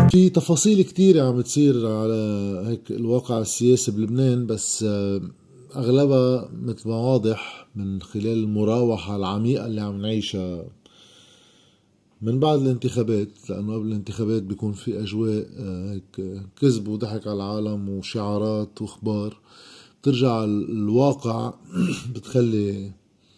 في تفاصيل كتيرة عم تصير على هيك الواقع السياسي بلبنان، بس أغلبها مثل ما واضح من خلال المراوحة العميقة اللي عم نعيشها من بعد الانتخابات، لأنه قبل الانتخابات بيكون في أجواء هيك كذب وضحك على العالم وشعارات وأخبار. بترجع الواقع بتخلي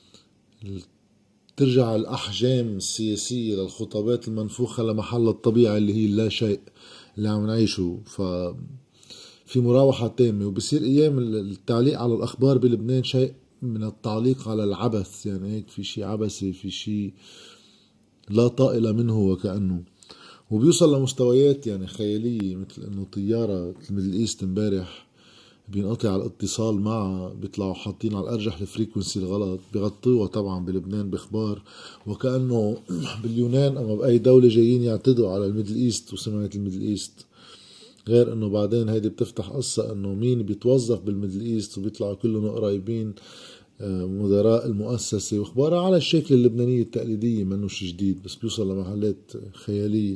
ترجع الأحجام السياسية للخطابات المنفوخة لمحل الطبيعي اللي هي اللا شيء اللي عم نعيشه. في مراوحة تامة، وبصير أيام التعليق على الأخبار بلبنان شيء من التعليق على العبث، يعني هيك في شيء عبثي، في شيء لا طائل منه وكأنه، وبيوصل لمستويات يعني خيالية، مثل انه طيارة الميدل ايست امبارح بينقطع الاتصال معها، بيطلعوا حاطين على الارجح الفريكونسي الغلط، بيغطوها طبعا بلبنان باخبار وكأنه باليونان اما باي دولة جايين يعتدوا على الميدل ايست وسمعة الميدل ايست. غير انه بعدين هيدي بتفتح قصة انه مين بيتوظف بالميدل ايست وبيطلعوا كلهم قريبين مدراء المؤسسة، واخبارها على الشكل اللبنانية التقليدية، منه شي جديد، بس بيوصل لمحلات خيالية.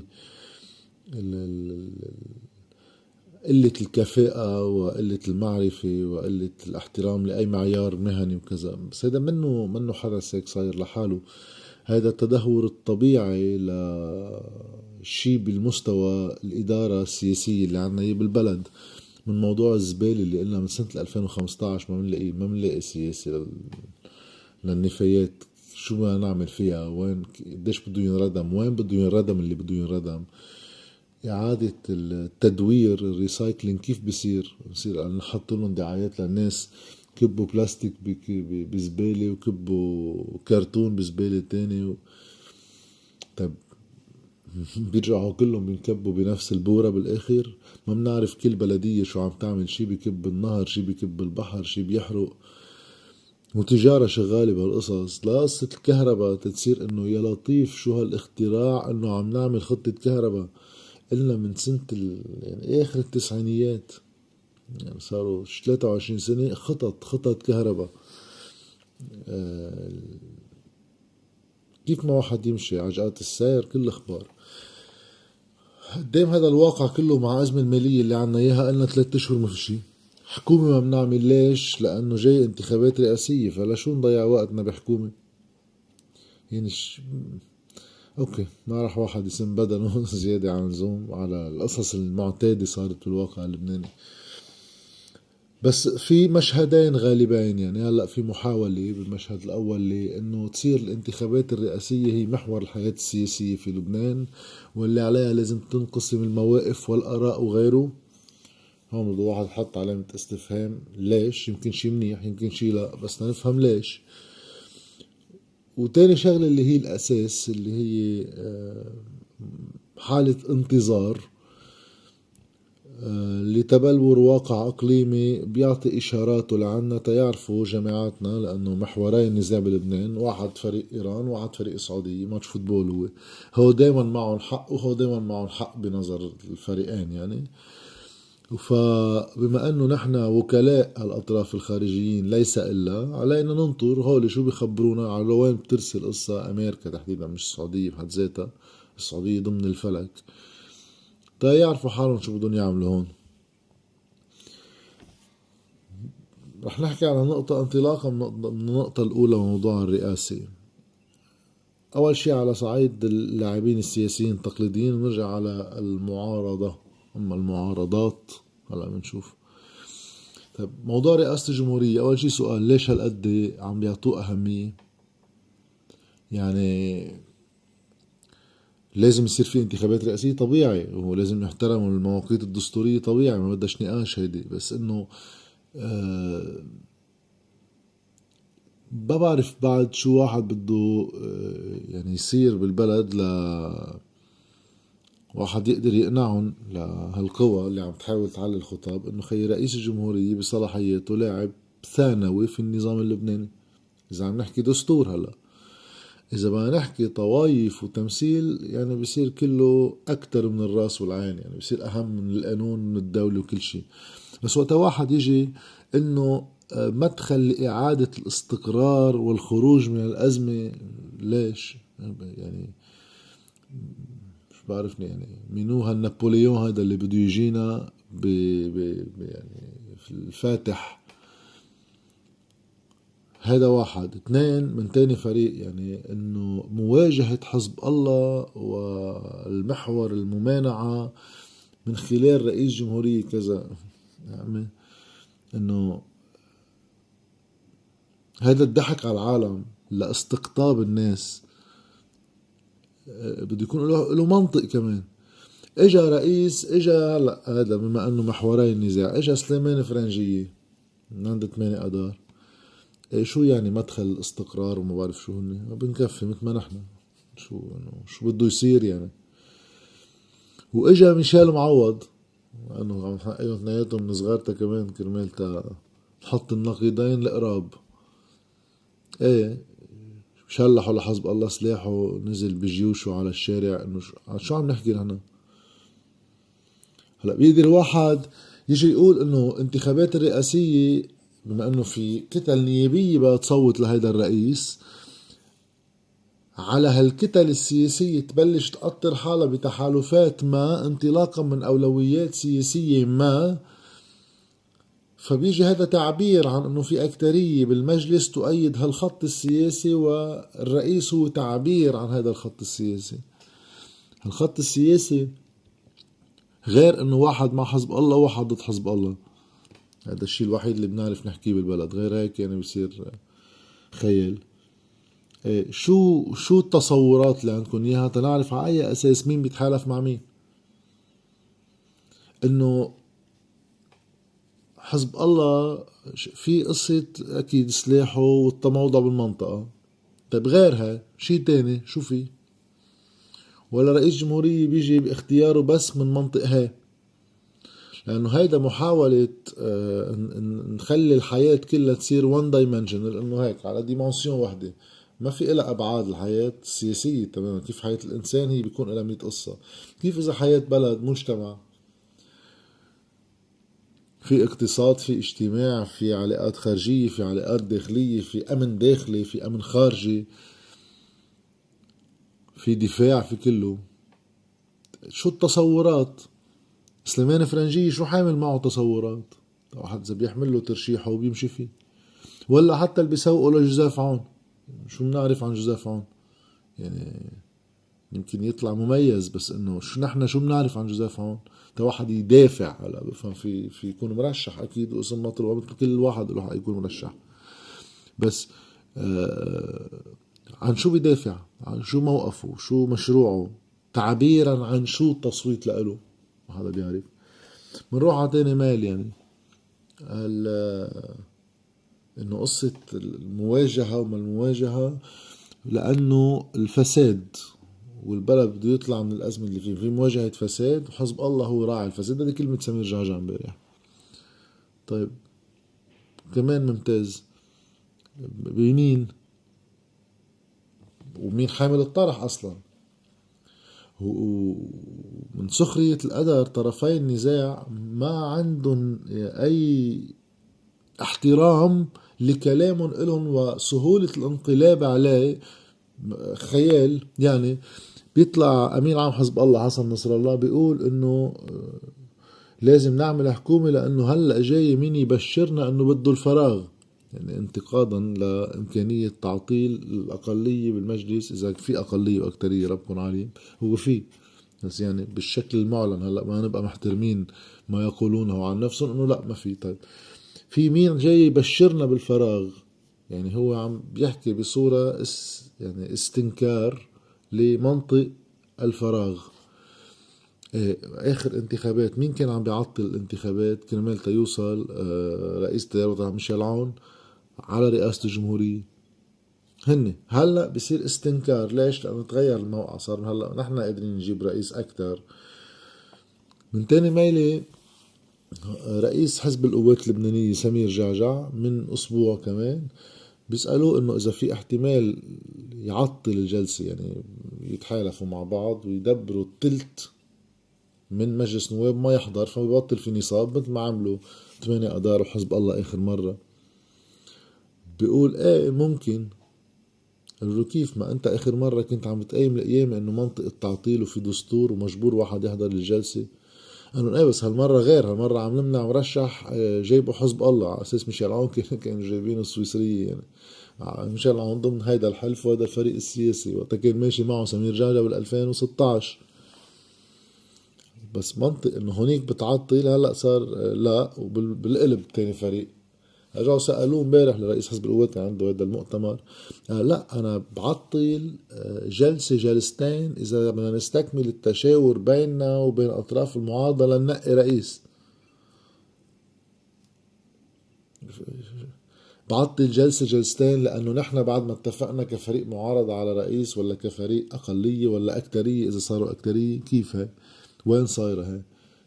قلة الكفاءة وقلة المعرفة وقلة الاحترام لأي معيار مهني وكذا. بس هذا منه حدث هيك صاير لحاله، هذا التدهور الطبيعي لشي بالمستوى الإدارة السياسية اللي عنا هي بالبلد. من موضوع الزبالة اللي قلنا من سنة 2015 ما بنلاقي سياسة للنفايات، شو بدنا نعمل فيها، وين قديش بده ينردم، وين بده ينردم اللي بده ينردم، إعادة التدوير الريسايكلينج كيف بصير نحط لهم دعايات للناس، كبوا بلاستيك بزبالة وكبوا كرتون بزبالة تاني طيب بيرجعوا كلهم بينكبوا بنفس البورة بالآخر. ما بنعرف كل بلدية شو عم تعمل، شي بكب النهر، شي بكب البحر، شي بيحرق، وتجارة شغالة بهالقصص. لا قصة الكهرباء تتصير انه يا لطيف شو هالاختراع، انه عم نعمل خطة كهرباء قلنا من سنة يعني اخر التسعينيات، يعني صاروا 23 سنة خطط كهرباء. كيف ما واحد يمشي عجقات السير كل اخبار قدام هذا الواقع كله، مع أزمة المالية اللي عنا إياها قلنا 3 أشهر ما في شي حكومة ما بنعمل. ليش؟ لأنه جاي انتخابات رئاسية، فلا شو نضيع وقتنا بحكومة يعني أوكي ما راح واحد يسم بدنه زيادة عن اللزوم على القصص المعتادة صارت بالواقع اللبناني. بس في مشهدين غالبين، يعني هلأ في محاولة بالمشهد الأول لأنه تصير الانتخابات الرئاسية هي محور الحياة السياسية في لبنان، واللي عليها لازم تنقسم المواقف والآراء وغيره. هون بده واحد حط علامة استفهام، ليش؟ يمكن شي منيح يمكن شي لا، بس نفهم ليش. وتاني شغلة اللي هي الأساس، اللي هي حالة انتظار لتبلور واقع إقليمي بيعطي إشاراته لعنا تيعرفوا جماعاتنا، لأنه محوري النزاع بلبنان، واحد فريق إيران وواحد فريق السعودية، ماتش فوتبول هو دايما معهم حق وهو دايما معهم حق بنظر الفريقين يعني. فبما أنه نحن وكلاء الأطراف الخارجيين ليس إلا علينا ننطر هول شو بيخبرونا، على وين بترسل قصة أمريكا تحديدا، مش السعودية بحد ذاتها، السعودية ضمن الفلك، تا يعرفوا حالهم شو بدهم يعملوا هون. رح نحكي على نقطة انطلاقا من النقطة الأولى من موضوع الرئاسي. أول شيء على صعيد اللاعبين السياسيين التقليديين، ونرجع على المعارضة. أما المعارضات هلا بنشوف. طيب موضوع رئاسة الجمهورية، أول شيء سؤال، ليش هالقد عم بيعطوه أهمية؟ يعني لازم يصير في انتخابات رئاسية طبيعي، ولازم يحترموا المواقيت الدستورية طبيعي، ما بدهاش نقاش هيدي، بس إنه ما بعرف بعد شو واحد بده يعني يصير بالبلد واحد يقدر يقنعهم لهالقوى اللي عم تحاول تعلي الخطاب انه خي رئيس الجمهورية بصلاحياته لاعب ثانوي في النظام اللبناني. اذا عم نحكي دستور، هلا اذا بدنا نحكي طوايف وتمثيل يعني بصير كله اكتر من الراس والعين، يعني بصير اهم من القانون من الدولة وكل شيء. بس وقت واحد يجي انه مدخل لإعادة الاستقرار والخروج من الأزمة، ليش؟ يعني بعرفني يعني مينو هالنابليون هذا اللي بده يجينا يعني في الفاتح. هذا واحد. اثنين من تاني فريق، يعني انه مواجهة حزب الله والمحور الممانعة من خلال رئيس جمهورية كذا، يعني انه هذا الضحك على العالم لاستقطاب الناس بده يكون له منطق كمان. اجا رئيس، اجا هلا هذا بما انه محورين نزاع، اجا سليمان فرنجية من عند 8 اذار. شو يعني مدخل الاستقرار وما بعرف شو هن، بنكفي مثل ما نحن، شو بده يصير يعني. واجا ميشيل معوض انه عم حقيقهم اثنيناتهم من صغارتها كمان كرمال نحط النقيضين القراب. ايه شلحوا لحزب الله سلاحه، نزل بجيوشه على الشارع. انه شو عم نحكي نحن؟ هلا بيقدر واحد يجي يقول انه انتخابات الرئاسية بما انه في كتل نيابية بدها تصوت لهيدا الرئيس، على هالكتل السياسية تبلش تقطر حالها بتحالفات ما انطلاقا من أولويات سياسية ما. فبيجي هذا تعبير عن انه في أكترية بالمجلس تؤيد هالخط السياسي، والرئيس هو تعبير عن هذا الخط السياسي. الخط السياسي غير انه واحد مع حزب الله وواحد ضد حزب الله. هذا الشيء الوحيد اللي بنعرف نحكيه بالبلد، غير هيك يعني بصير خيال. شو التصورات اللي عندكم اياها تنعرف على اي اساس مين بيتحالف مع مين؟ انه حزب الله في قصة اكيد سلاحه والتموضع بالمنطقة. طيب غيرها شيء تاني شو في؟ ولا رئيس جمهورية بيجي باختياره بس من منطقة هاي؟ لانه هيدا محاولة نخلي الحياة كلها تصير وان دايمنشنال، انه هيك على ديمنسيون وحدة، ما في إلها أبعاد. الحياة السياسية تماما كيف حياة الإنسان هي بيكون إلها 100 قصة. كيف إذا حياة بلد مجتمع في اقتصاد، في اجتماع، في علاقات خارجية، في علاقات داخلية، في أمن داخلي، في أمن خارجي، في دفاع، في كله. شو التصورات؟ سليمان فرنجية شو حامل معه تصورات؟ واحد إذا بيحمل له ترشيحه وبيمشي فيه. ولا حتى اللي بيسوقوا لجوزيف عون، شو بنعرف عن جوزيف عون؟ يعني يمكن يطلع مميز، بس انه نحن شو بنعرف عن جوزيف عون؟ تا واحد يدافع. هلا بفهم في يكون مرشح اكيد، واسم مطلوب مثل كل واحد له حق يكون مرشح، بس عن شو بيدافع؟ عن شو موقفه؟ شو مشروعه؟ تعبيرا عن شو التصويت لإله؟ ما حدا بيعرف. بنروح على تاني مال يعني انه قصة المواجهة وما المواجهة، لانه الفساد والبلد بده يطلع من الأزمة اللي فيه، في مواجهة فساد وحزب الله هو راعي الفساد. هذه كلمة سمير جعجع امبارح. طيب كمان ممتاز، بمين ومين حامل الطرح أصلا؟ ومن سخرية القدر طرفي النزاع ما عندهم أي احترام لكلامهم إلهم وسهولة الانقلاب عليه. خيال يعني. بيطلع أمين عام حزب الله حسن نصر الله بيقول إنه لازم نعمل حكومة لأنه هلأ جاي مين يبشرنا إنه بده الفراغ، يعني انتقادا لإمكانية تعطيل الأقلية بالمجلس. إذا في أقلية وأكترية ربكم عليم، هو في، بس يعني بالشكل المعلن. هلأ ما نبقى محترمين ما يقولونه عن نفسهم إنه لا ما في. طيب في مين جاي يبشرنا بالفراغ؟ يعني هو عم بيحكي بصورة يعني استنكار لمنطق الفراغ. اخر انتخابات مين كان عم بيعطل الانتخابات كرمال تيوصل رئيس تيار ميشيل عون على رئاسة الجمهورية؟ هن هلا بصير استنكار. ليش؟ لانه تغير الموقع، صار هلا نحن قادرين نجيب رئيس اكثر. من تاني ميلة رئيس حزب القوات اللبنانية سمير جعجع من اسبوع كمان بيسألوه انه اذا في احتمال يعطل الجلسة، يعني يتحالفوا مع بعض ويدبروا التلت من مجلس نواب ما يحضر، فبيبطل في نصاب مثل ما عملوا 8 اذار وحزب الله اخر مرة. بيقول ايه ممكن، قالوا له كيف؟ ما انت اخر مرة كنت عم بتقيم القيامة انه منطقة تعطيل وفي دستور ومجبور واحد يحضر الجلسة. قالوا ايه بس هالمرة غير، هالمرة عم نمنع مرشح جايبه حزب الله على اساس ميشيل عون كانوا جايبينه السويسرية يعني. ميشيل عون ضمن هيدا الحلف وهذا الفريق السياسي، وقتها كان ماشي معه سمير جعجع بال 2016. بس منطق انه هونيك بتعطل، هلا صار لا، وبالقلب تاني فريق. رجعوا سألوه امبارح لرئيس حزب القوات عنده هذا المؤتمر، لا أنا بعطل جلسة جلستين إذا بدنا نستكمل التشاور بيننا وبين أطراف المعارضة لننقي رئيس. بعطل جلسة جلستين لأنه نحن بعد ما اتفقنا كفريق معارضة على رئيس، ولا كفريق أقلية ولا أكترية إذا صاروا أكترية. كيف هي؟ وين صايرة هي؟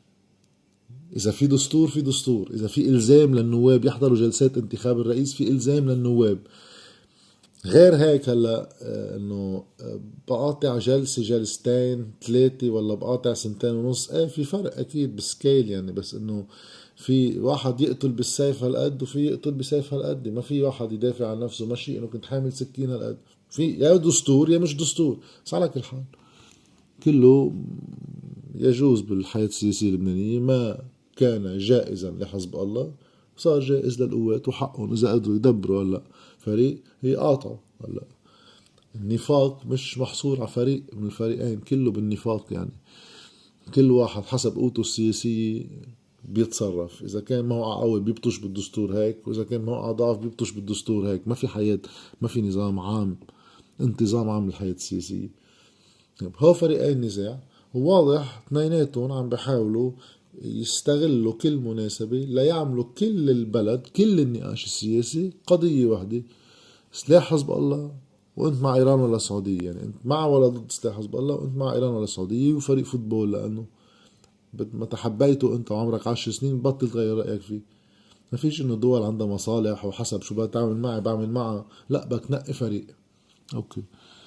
إذا في دستور في دستور، إذا في إلزام للنواب يحضروا جلسات انتخاب الرئيس في إلزام للنواب. غير هيك هلا انه بقاطع جلسة جلستين ثلاثة ولا بقاطع سنتين ونص، ايه في فرق اكيد بالسكيل يعني، بس انه في واحد يقتل بالسيف هالقد وفي يقتل بسيف هالقد. ما في واحد يدافع عن نفسه ماشي انه كنت حامل سكين هالقد. في يا دستور يا مش دستور، بس على كل حال كله يجوز بالحياة السياسية اللبنانية. ما كان جائزا لحزب الله صار جائز للقوات، وحقهم إذا قدروا يدبروا هلا فريق يقاطعوا. هلا النفاق مش محصور على فريق من الفريقين، كله بالنفاق يعني. كل واحد حسب قوته السياسية بيتصرف، إذا كان موقع قوي بيبطش بالدستور هيك، وإذا كان موقع ضعف بيبطش بالدستور هيك. ما في حياة، ما في نظام عام، انتظام عام للحياة السياسية. هو فريقين نزاع، وواضح اثنيناتهم عم بحاولوا يستغلوا كل مناسبة ليعملوا كل البلد، كل النقاش السياسي قضية واحدة: سلاح حزب الله، وانت مع ايران ولا السعودية. يعني انت مع ولا ضد سلاح حزب الله، وانت مع ايران ولا السعودية. وفريق فوتبول لانه ما تحبيته انت وعمرك 10 سنين بطل تغير رأيك فيه. ما فيش انه دول عندها مصالح وحسب شو بتعمل معي بعمل معها، لا بدك نقي فريق. اوكي،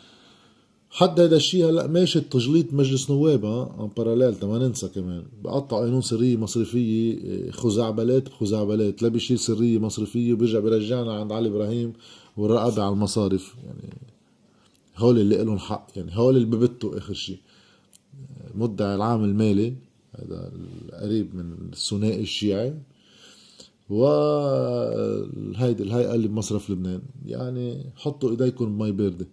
حد هيدا الشيء هلا ماشي تجليط مجلس نواب ان باراليل. ما ننسى كمان بقطع قانون سريه مصرفيه خزعبلات بخزعبلات، لا بيشيل سريه مصرفيه وبيرجع بيرجعنا عند علي ابراهيم والرقابه على المصارف. يعني هول اللي لهم حق، يعني هول اللي ببتوا اخر شيء. مدعي العام المالي هذا القريب من الثنائي الشيعي، وهيدي الهيئه اللي بمصرف لبنان. يعني حطوا ايديكم بمي بارده.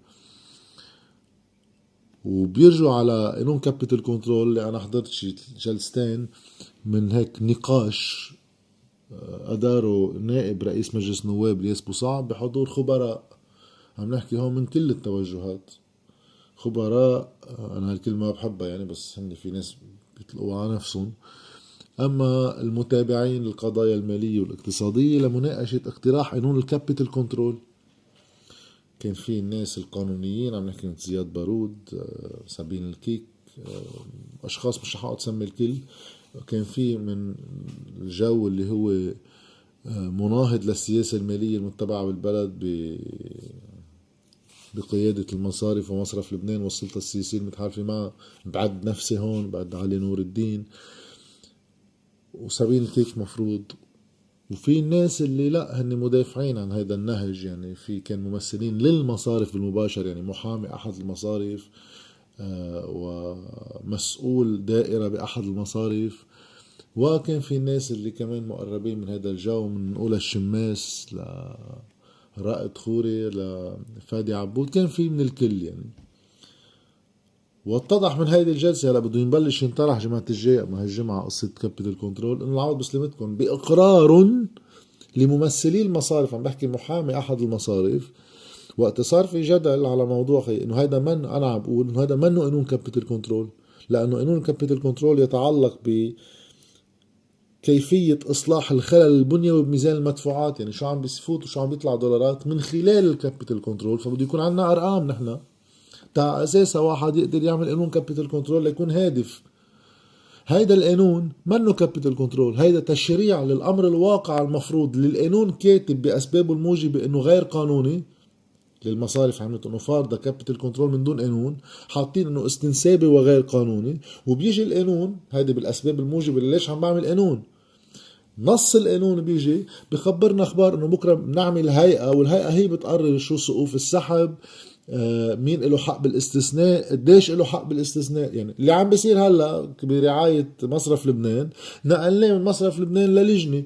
وبيرجوا على قانون كابيتال كنترول اللي انا حضرت شي جلستين من هيك نقاش اداره نائب رئيس مجلس نواب الياس بوصعب بحضور خبراء. عم نحكي هون من كل التوجهات، خبراء. انا هالكلمه ما بحبها يعني، بس هن في ناس بيطلقوا على نفسهم. اما المتابعين للقضايا الماليه والاقتصاديه لمناقشه اقتراح قانون الكابيتال كنترول، كان في الناس القانونيين، عم نحكي من زياد بارود، سابين الكيك، اشخاص مش رح اقعد اسمي الكل. كان في من الجو اللي هو مناهض للسياسة المالية المتبعة بالبلد بقيادة المصارف ومصرف لبنان والسلطة السياسية المتحالفة معه. بعد نفسي هون، بعد علي نور الدين وسابين الكيك مفروض. وفي الناس اللي لا هن مدافعين عن هذا النهج. يعني في كان ممثلين للمصارف بالمباشر، يعني محامي أحد المصارف ومسؤول دائرة بأحد المصارف. وكان في الناس اللي كمان مقربين من هذا الجو، من أولى الشماس لرائد خوري لفادي عبود. كان في من الكل يعني. واتضح من هيدي الجلسة هلا بده ينبلش ينطرح جماعة الجاي ما هالجمعة قصة كابيتال كنترول، انه العوض بسلمتكم بإقرار لممثلي المصارف. عم بحكي محامي أحد المصارف، وقت صار في جدل على موضوع انه هيدا من، انا عم بقول انه هيدا منه قانون كابيتال كنترول، لانه قانون كابيتال كنترول يتعلق بكيفية اصلاح الخلل البنيوي بميزان المدفوعات. يعني شو عم بيفوت وشو عم بيطلع دولارات من خلال الكابيتال كنترول. فبده يكون عندنا ارقام نحن تا اساسا واحد يقدر يعمل قانون كابيتال كنترول ليكون هادف. هيدا القانون منه كابيتال كنترول، هيدا تشريع للامر الواقع المفروض للقانون. كاتب باسبابه الموجبه انه غير قانوني للمصارف، عملت انه فارضه كابيتال كنترول من دون قانون، حاطين انه استنسابي وغير قانوني. وبيجي القانون هيدي بالاسباب الموجبه ليش عم بعمل قانون. نص القانون بيجي بخبرنا اخبار انه بكره بنعمل هيئه، والهيئه هي بتقرر شو سقوف السحب، مين له حق بالاستثناء، قديش له حق بالاستثناء. يعني اللي عم بيصير هلا برعاية مصرف لبنان، نقلناه من مصرف لبنان للجنة.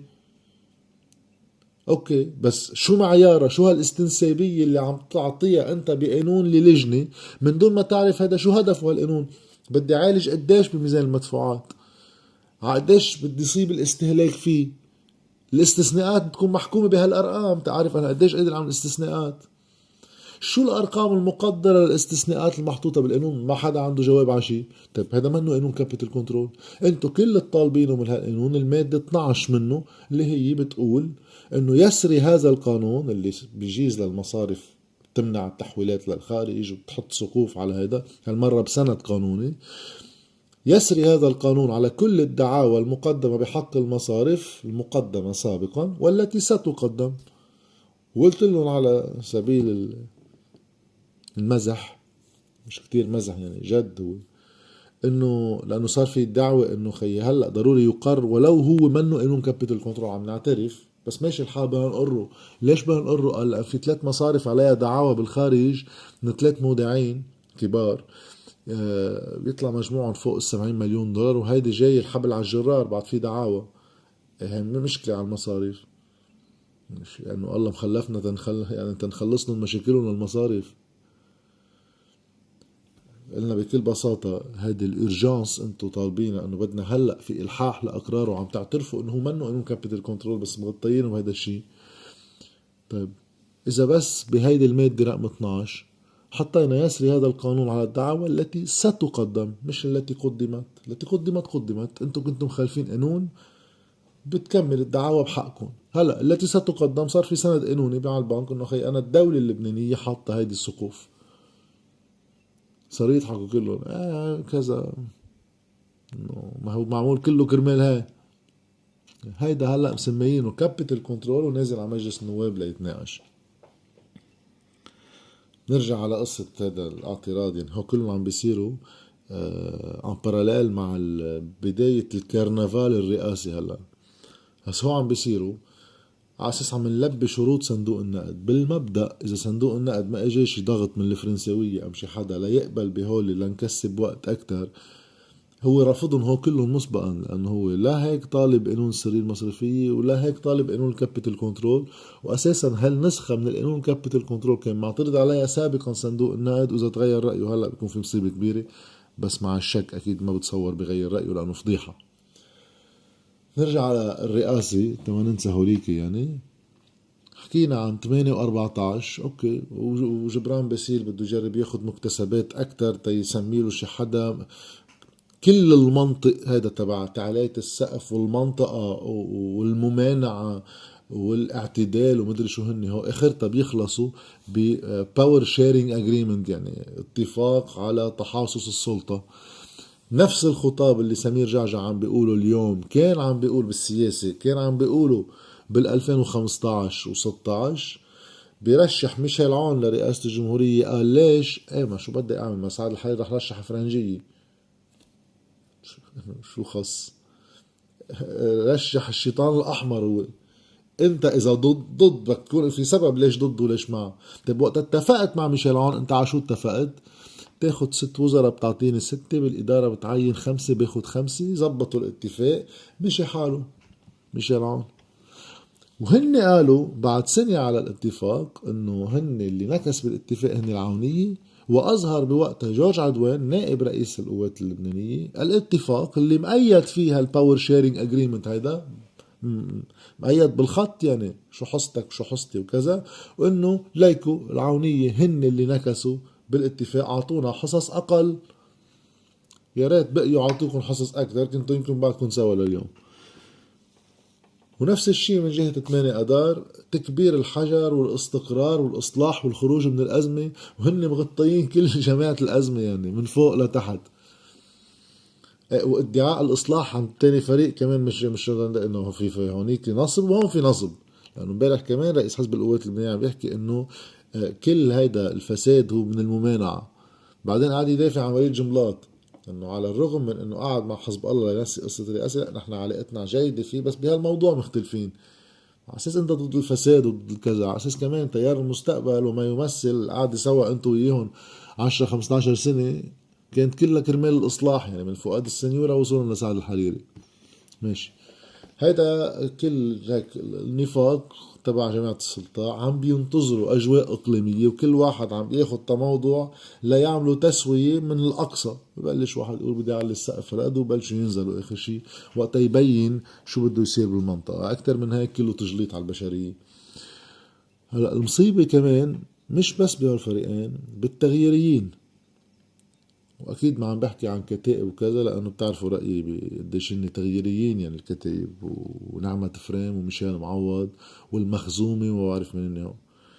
اوكي، بس شو معيارها؟ شو هالاستنسابية اللي عم تعطيها انت بقانون للجنة من دون ما تعرف هذا شو هدفه هالقانون؟ بدي عالج قديش بميزان المدفوعات، قديش بدي يصيب الاستهلاك فيه. الاستثناءات بتكون محكومة بهالارقام، تعرف انا قديش قادر اعمل استثناءات. شو الارقام المقدره للاستثناءات المحطوطه بالقانون؟ ما حدا عنده جواب على شيء. طيب هذا منه قانون كابيتال كنترول. انتم كل الطالبينه من هالقانون الماده 12 منه اللي هي بتقول انه يسري هذا القانون اللي بيجيز للمصارف تمنع التحويلات للخارج وبتحط سقوف على هذا، هالمره بسند قانوني. يسري هذا القانون على كل الدعاوى المقدمه بحق المصارف المقدمه سابقا والتي ستقدم. وقلت لهم على سبيل المزح، مش كتير مزح يعني جد، هو انه لانه صار في دعوة انه خيي هلا ضروري يقر ولو هو منه قانون كابيتال كنترول. عم نعترف بس ماشي الحال بدنا نقره. ليش بدنا نقره؟ قال في 3 مصارف عليها دعاوى بالخارج من 3 مودعين كبار، بيطلع مجموعهم فوق ال$70 مليون، وهيدي جاي الحبل على الجرار بعد في دعاوى. هي مشكلة على المصارف، مش لانه يعني الله مخلفنا يعني تنخلصنا من مشاكلنا المصارف. قلنا بكل بساطة هيدي الارجانس انتو طالبينها، انه بدنا هلأ في الحاح لاقرار وعم تعترفوا انه منه قانون كابيتال كنترول بس مغطيينه بهيدا الشيء. طيب اذا بس بهيدي المادة رقم 12 حطينا يسري هذا القانون على الدعوى التي ستقدم، مش التي قدمت. التي قدمت انتو كنتم مخالفين قانون، بتكمل الدعاوى بحقكم. هلا التي ستقدم صار في سند قانوني على البنك انه خي انا الدولة اللبنانية حاطة هيدي السقوف. صار يضحكوا كلهم كذا، ما هو معمول كله كرمال هاي. هيدا هلا مسميينه كابيتال كنترول ونازل على مجلس النواب ليتناقش. نرجع على قصة هذا الاعتراض. يعني هو كلهم عم بيصيروا ان باراليل مع بداية الكرنفال الرئاسي. هلا بس هو عم بيصيروا على اساس عم نلبي شروط صندوق النقد. بالمبدأ اذا صندوق النقد ما اجاش ضغط من الفرنساوية او شي حدا ليقبل بهول لنكسب وقت اكتر، هو رافضهم هو كلهم مسبقا، لانه هو لا هيك طالب قانون السرية المصرفية ولا هيك طالب قانون الكابيتال كنترول. واساسا هالنسخة من القانون الكابيتال كنترول كان معترض عليها سابقا صندوق النقد، واذا تغير رأيه هلا بيكون في مصيبة كبيرة. بس مع الشك اكيد ما بتصور بغير رأيه لانه فضيحة. نرجع على الرئاسي تما ننسى هوليك. يعني حكينا عن 8 و14 اوكي، وجبران باسيل بده يجرب ياخد مكتسبات اكتر تيسميله شي حدا. كل المنطق هذا تبع تعلية السقف والمنطقة والممانعة والاعتدال ومدري شو هن، هو اخرتها بيخلصوا بباور شيرينج اجريمنت، يعني اتفاق على تحاصص السلطة. نفس الخطاب اللي سمير جعجع عم بيقوله اليوم كان عم بيقول بالسياسة، كان عم بيقوله بال 2015 و 16. بيرشح ميشيل عون لرئاسة الجمهورية. قال ليش؟ ما شو بدي اعمل، ما سعد الحريري رح رشح فرنجية، شو خص؟ رشح الشيطان الاحمر. هو انت اذا ضد بدك تكون في سبب ليش ضد وليش معه. طيب وقت اتفقت مع ميشيل عون انت على شو اتفقت؟ تاخد 6 وزراء بتعطيني 6، بالإدارة بتعين 5 باخد 5. زبطوا الاتفاق مشي حاله ميشيل عون. وهن قالوا بعد سنة على الاتفاق انه هن اللي نكس بالاتفاق هن العونية. واظهر بوقتها جورج عدوان نائب رئيس القوات اللبنانية الاتفاق اللي مؤيد فيها الباور شيرينج اجريمنت. هيدا مؤيد بالخط، يعني شو حصتك شو حصتي وكذا، وانه ليكو العونية هن اللي نكسوا بالاتفاق، اعطونا حصص اقل. يا ريت بقيوا عطوكم حصص اكثر كنتوا يمكن بعدكم سوا لليوم. ونفس الشيء من جهة 8 أدار، تكبير الحجر والاستقرار والإصلاح والخروج من الأزمة، وهن مغطيين كل جماعة الأزمة يعني من فوق لتحت. وادعاء الإصلاح عند تاني فريق كمان مش إنه في هونيك نصب وهون في نصب. لأنه امبارح كمان رئيس حزب القوات اللبنانية عم بيحكي إنه كل هيدا الفساد هو من الممانعة. بعدين قاعد يدافع عن وليد جملات انه على الرغم من انه قاعد مع حزب الله لينسي قصة الرئاسة، لا نحن علاقتنا جيدة فيه بس بهالموضوع مختلفين. على اساس انت ضد الفساد وضد الكذا، على اساس كمان تيار المستقبل وما يمثل قاعد سوا انتو وياهم 10 15 سنه، كانت كلها كرمال الاصلاح، يعني من فؤاد السنيوره وصولا لسعد الحريري. ماشي، هيدا كل هيك النفاق تبع جماعة السلطة عم بينتظروا أجواء إقليمية، وكل واحد عم ياخد تموضع ليعملوا تسوية من الأقصى. ببلش واحد يقول بدي أعلي السقف هالقد، وبلشوا ينزلوا آخر شيء وقتا يبين شو بده يصير بالمنطقة. أكتر من هيك كله تجليط على البشرية. هلا المصيبة كمان مش بس بهالفريقين، بالتغييريين. واكيد ما عم بحكي عن كتائب وكذا، لانه بتعرفوا رايي بقديش هن تغييريين، يعني الكتائب ونعمة فريم وميشيل معوض والمخزومي وما بعرف مين هو.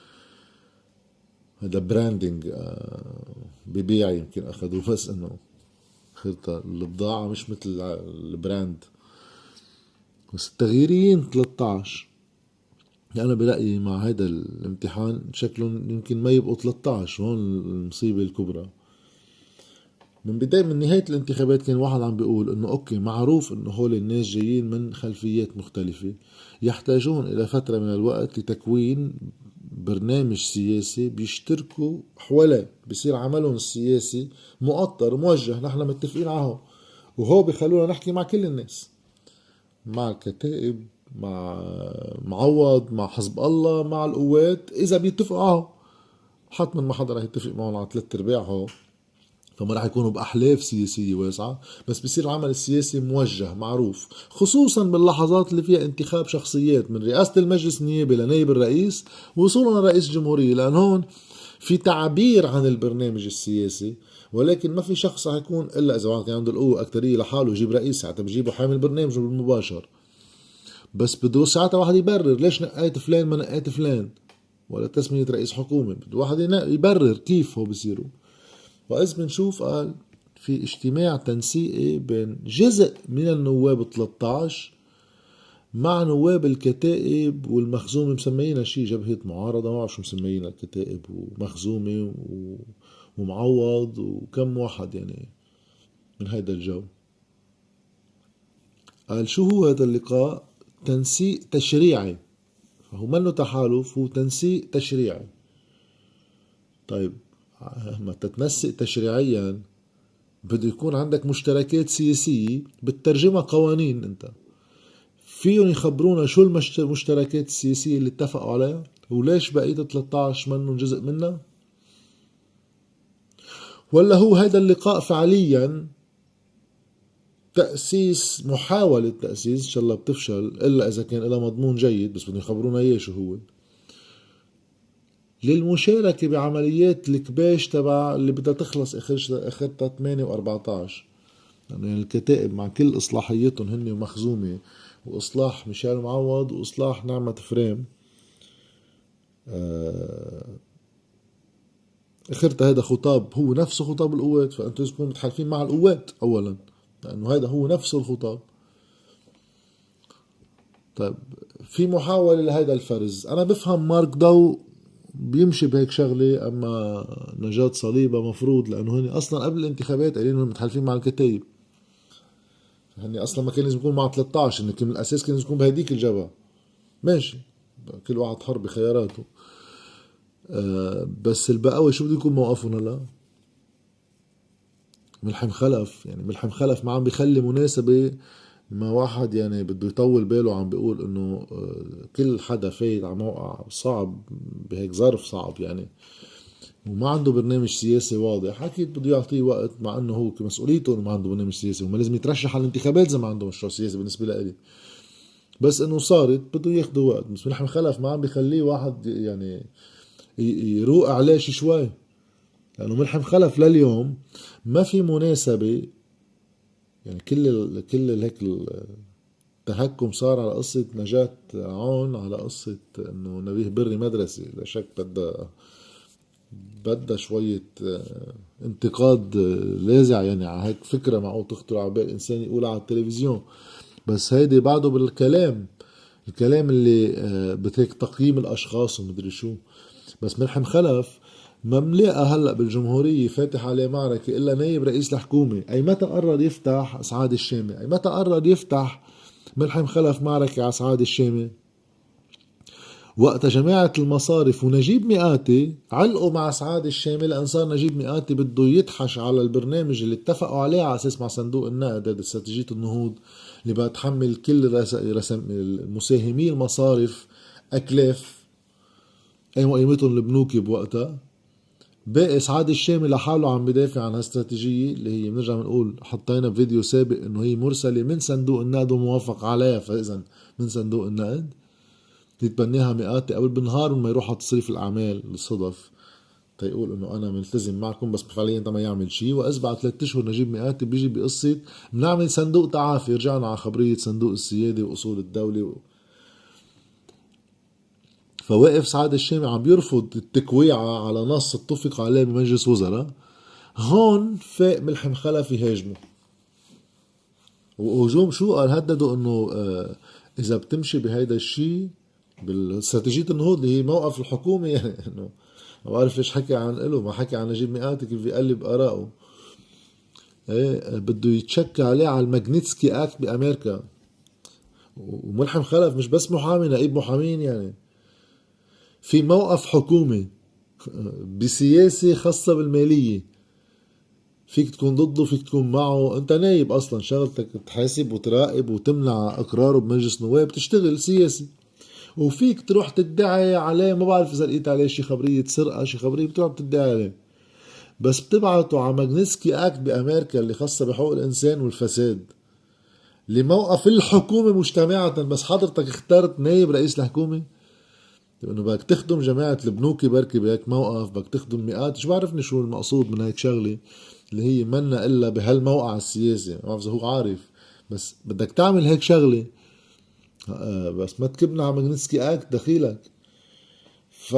هذا براندنج ببيع، يمكن اخذوه بس انه خلطة البضاعة مش مثل البراند. بس التغييريين 13، يعني أنا برأيي مع هذا الامتحان شكلهم يمكن ما يبقوا 13. هون المصيبة الكبرى. من نهاية الانتخابات كان واحد عم بيقول انه اوكي، معروف انه هول الناس جايين من خلفيات مختلفة، يحتاجون الى فترة من الوقت لتكوين برنامج سياسي بيشتركوا حواليه، بصير عملهم السياسي مؤطر موجه، نحن متفقين معه، وهو بيخلونا نحكي مع كل الناس، مع الكتائب، مع معوض، مع حزب الله، مع القوات، اذا بيتفقوا معه. حتما ما حدا رح يتفق معهم على 3/4، فما راح يكونوا بأحلاف سياسية واسعة، بس بصير العمل السياسي موجه معروف، خصوصا باللحظات اللي فيها انتخاب شخصيات من رئاسة المجلس النيابي لنائب الرئيس وصولا لرئيس الجمهورية، لأن هون في تعبير عن البرنامج السياسي، ولكن ما في شخص رح يكون إلا إذا واحد كان عنده القوة أكترية لحاله يجيب رئيس، ساعتها بجيبه حامل برنامجه بالمباشر. بس بده ساعتها واحد يبرر ليش نقيت فلان ما نقيت فلان، ولا تسمية رئيس حكومة، بده واحد يبرر كيف هو بيصيروا. وإذ بنشوف قال في اجتماع تنسيقي بين جزء من النواب 13 مع نواب الكتائب والمخزومة، مسميينها شيء جبهة معارضة، ما بعرف شو مسميينها، الكتائب ومخزومة ومعوض وكم واحد يعني من هيدا الجو. قال شو هو هذا اللقاء؟ تنسيق تشريعي، فهو منه تحالف، هو تنسيق تشريعي. طيب ما تتنسق تشريعيا بده يكون عندك مشتركات سياسية بتترجمها قوانين. انت فيهم يخبرونا شو المشتركات السياسية اللي اتفقوا عليها، وليش بقية 13 منهم جزء منها؟ ولا هو هذا اللقاء فعليا تأسيس، محاولة تأسيس إن شاء الله بتفشل إلا إذا كان لها مضمون جيد، بس بدهم يخبرونا إياه شو هو، للمشاركة بعمليات الكباش تبع اللي بدها تخلص اخرتها 8 و14. يعني الكتائب مع كل اصلاحيتهم هن ومخزومة، واصلاح ميشيل معوض، واصلاح نعمة فريم، اخرتها هذا خطاب هو نفسه خطاب القوات، فانتم تكونوا متحالفين مع القوات اولا، لانه هذا هو نفسه الخطاب. طيب في محاولة لهذا الفرز. انا بفهم مارك داو بيمشي بهيك شغلة، اما نجاة صليبة مفروض، لانه هن اصلا قبل الانتخابات قايلين انهم متحالفين مع الكتايب، هن اصلا ما كان لازم يكون مع 13، هن من الاساس كان لازم يكون بهديك الجبهة. ماشي، كل واحد حر بخياراته. بس البقاوي شو بده يكون موقفهم هلا؟ ملحم خلف، يعني ملحم خلف ما عم بيخلي مناسبة ما واحد يعني بده يطول باله، عم بيقول انه كل حدا فايت على موقع صعب بهيك ظرف صعب يعني، وما عنده برنامج سياسي واضح، اكيد بده يعطيه وقت، مع انه هو كمسؤوليته انه ما عنده برنامج سياسي، وما لازم يترشح على الانتخابات اذا ما عنده مشروع سياسي بالنسبه لي، بس انه صارت بده ياخذوا وقت. بس ملحم خلف ما عم بيخليه واحد يعني يروق عليه شوي، لانه ملحم خلف لليوم ما في مناسبه، يعني كل هيك التهكم صار على قصة نجاة عون، على قصة انه نبيه بري مدرسة، لا شك بدها شوية انتقاد لاذع، يعني على هيك فكرة معقول تخطر على بال انسان يقولها على التلفزيون، بس هيدي بعده بالكلام، الكلام اللي بتهيك تقييم الاشخاص ومدري شو. بس ملحم خلف ما ملاقى هلا بالجمهورية فاتح عليه معركة الا نايب رئيس الحكومة. اي متى قرر يفتح سعاد الشامي؟ اي متى قرر يفتح ملحم خلف معركة على سعاد الشامي؟ وقت جماعة المصارف ونجيب مئاتي علقوا مع سعاد الشامي، لأن صار نجيب مئاتي بده يدحش على البرنامج اللي اتفقوا عليه على أساس مع صندوق النقد، هذا استراتيجية النهوض اللي بتحمل كل المساهمي المصارف أكلاف قيمتهم البنوكي بوقتها. باقي سعاد الشامي لحاله عم بدافع عن هالاستراتيجية اللي هي بنرجع بنقول حطينا فيديو سابق انه هي مرسلة من صندوق النقد وموافق عليها، فاذا من صندوق النقد يتبناها مئاتي قبل بنهار ما يروح على تصريف الاعمال للصدف تيقول انه انا ملتزم معكم، بس فعليا ما يعمل شيء. واذ بعد 3 اشهر نجيب مئاتي بيجي بقصة بنعمل صندوق تعافي، رجعنا على خبرية صندوق السيادة واصول الدولة فواقف سعاد الشامي عم بيرفض التكويعة على نص اتفق عليه بمجلس وزراء. هون فاق ملحم خلفي هاجمه، وهجوم شو قال؟ هددوا انه اذا بتمشي بهيدا الشيء بالاستراتيجية النهوض اللي هي موقف الحكومة، يعني انه ما بعرف ليش حكي عن له، ما حكي عن نجيب مئاتي كيف بيقلب آراءه. ايه بده يتشكى عليه على الماجنيتسكي اكت بامريكا. وملحم خلف مش بس محامي، نقيب محامين، يعني في موقف حكومي بسياسة خاصة بالمالية، فيك تكون ضده فيك تكون معه، انت نايب اصلا شغلتك تحاسب وتراقب وتمنع اقراره بمجلس نواب، تشتغل سياسي. وفيك تروح تدعي عليه، ما بعرف اذا لقيت عليه شي خبرية سرقة شي خبرية بتروح بتدعي عليه، بس بتبعته على ماجنيتسكي اكت بامريكا اللي خاصة بحقوق الانسان والفساد لموقف الحكومة مجتمعة. بس حضرتك اخترت نايب رئيس الحكومة انه بدك تخدم جماعة البنوكي بركي بهيك موقف، بدك تخدم مئات، شو بعرفني شو المقصود من هيك شغلة اللي هي منا الا بهالموقع السياسي، ما بعرف اذا هو عارف، بس بدك تعمل هيك شغلة بس ما تكبنا على ماجنيتسكي اكت دخيلك. ف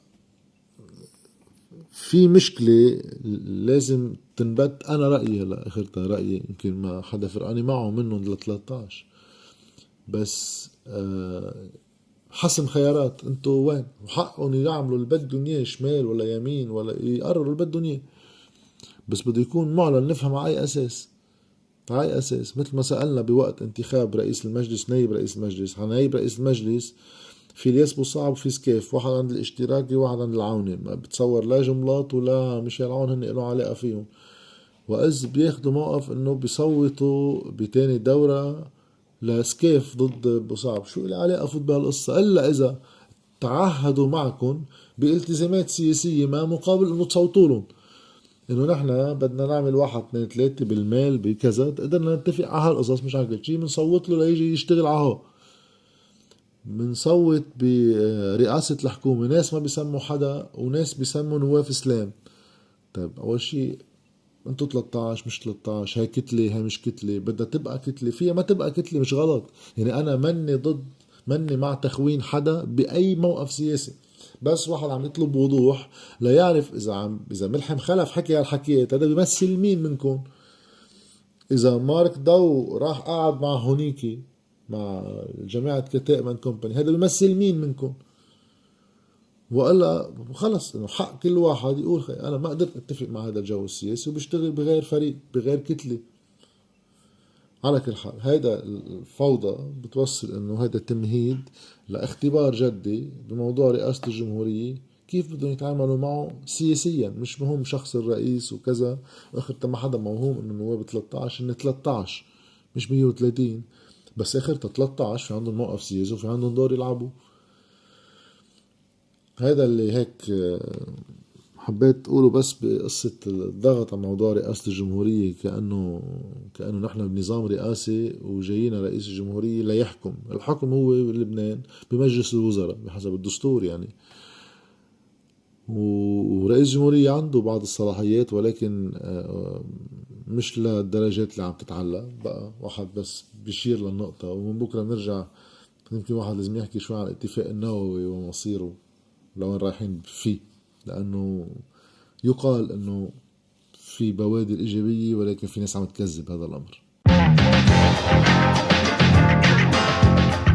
في مشكلة لازم تنبت. انا رأيي هلا اخرتها رأيي يمكن ما حدا فرقاني معه منهم ل 13، بس حسم خيارات. انتو وين وحقهم يعملوا اللي بدهم اياه، شمال ولا يمين ولا يقرروا اللي بدهم اياه، بس بده يكون معلن نفهم على اي اساس. على اي اساس؟ مثل ما سألنا بوقت انتخاب رئيس المجلس، نايب رئيس المجلس، نايب رئيس المجلس في الياس بوصعب وفي سكيف، واحد عند الاشتراكي وواحد عند العوني، ما بتصور لا جملاط ولا ميشيل عون هن له علاقة فيهم. وإذ بياخدوا موقف انه بيصوتوا بتاني دورة لسكيف ضد بوصعب، شو اللي علاقة فوت بهالقصة إلا إذا تعهدوا معكم بالتزامات سياسية ما مقابل انه تصوتوا لهم انه نحن بدنا نعمل 1 2 3 بالمال بكذا، قدرنا نتفق على هالقصص، مش عقل شيء بنصوت له ليجي يشتغل على هو. بنصوت برئاسة الحكومة ناس ما بيسموا حدا وناس بيسموا نواف اسلام. طيب اول شيء انتو 13 مش 13، هاي كتلة هاي مش كتلة، بدها تبقى كتلة، فيها ما تبقى كتلة مش غلط. يعني انا مني مع تخوين حدا باي موقف سياسي، بس واحد عم يطلب وضوح ليعرف اذا ملحم خلف حكي هالحكيات هذا بيمثل مين منكم. اذا مارك داو راح قاعد مع هونيكي مع جماعة كتائب كومباني هذا بيمثل مين منكم؟ وقال خلص انه حق كل واحد يقول انا ما قدرت اتفق مع هذا الجو السياسي وبشتغل بغير فريق بغير كتلة. على كل حال هيدا الفوضى بتوصل انه هيدا تمهيد لاختبار جدي بموضوع رئاسة الجمهورية، كيف بدهم يتعاملوا معه سياسيا، مش مهم شخص الرئيس وكذا. واخرتها ما حدا موهوم انه النواب 13 هن 13 مش 130، بس اخرتها 13 في عندهم موقف سياسي وفي عندهم دور يلعبوا. هذا اللي هيك حبيت أقوله بس بقصة الضغط على موضوع رئاسة الجمهورية، كأنه نحن بنظام رئاسي وجايين رئيس الجمهورية ليحكم. الحكم هو بلبنان بمجلس الوزراء بحسب الدستور يعني، ورئيس الجمهورية عنده بعض الصلاحيات ولكن مش للدرجات اللي عم تتعلق. بقى واحد بس بيشير للنقطة ومن بكرة بنرجع. يمكن واحد لازم يحكي شوي عن الاتفاق النووي ومصيره لوين رايحين فيه، لأنه يقال أنه في بوادر إيجابية ولكن في ناس عم تكذب هذا الأمر.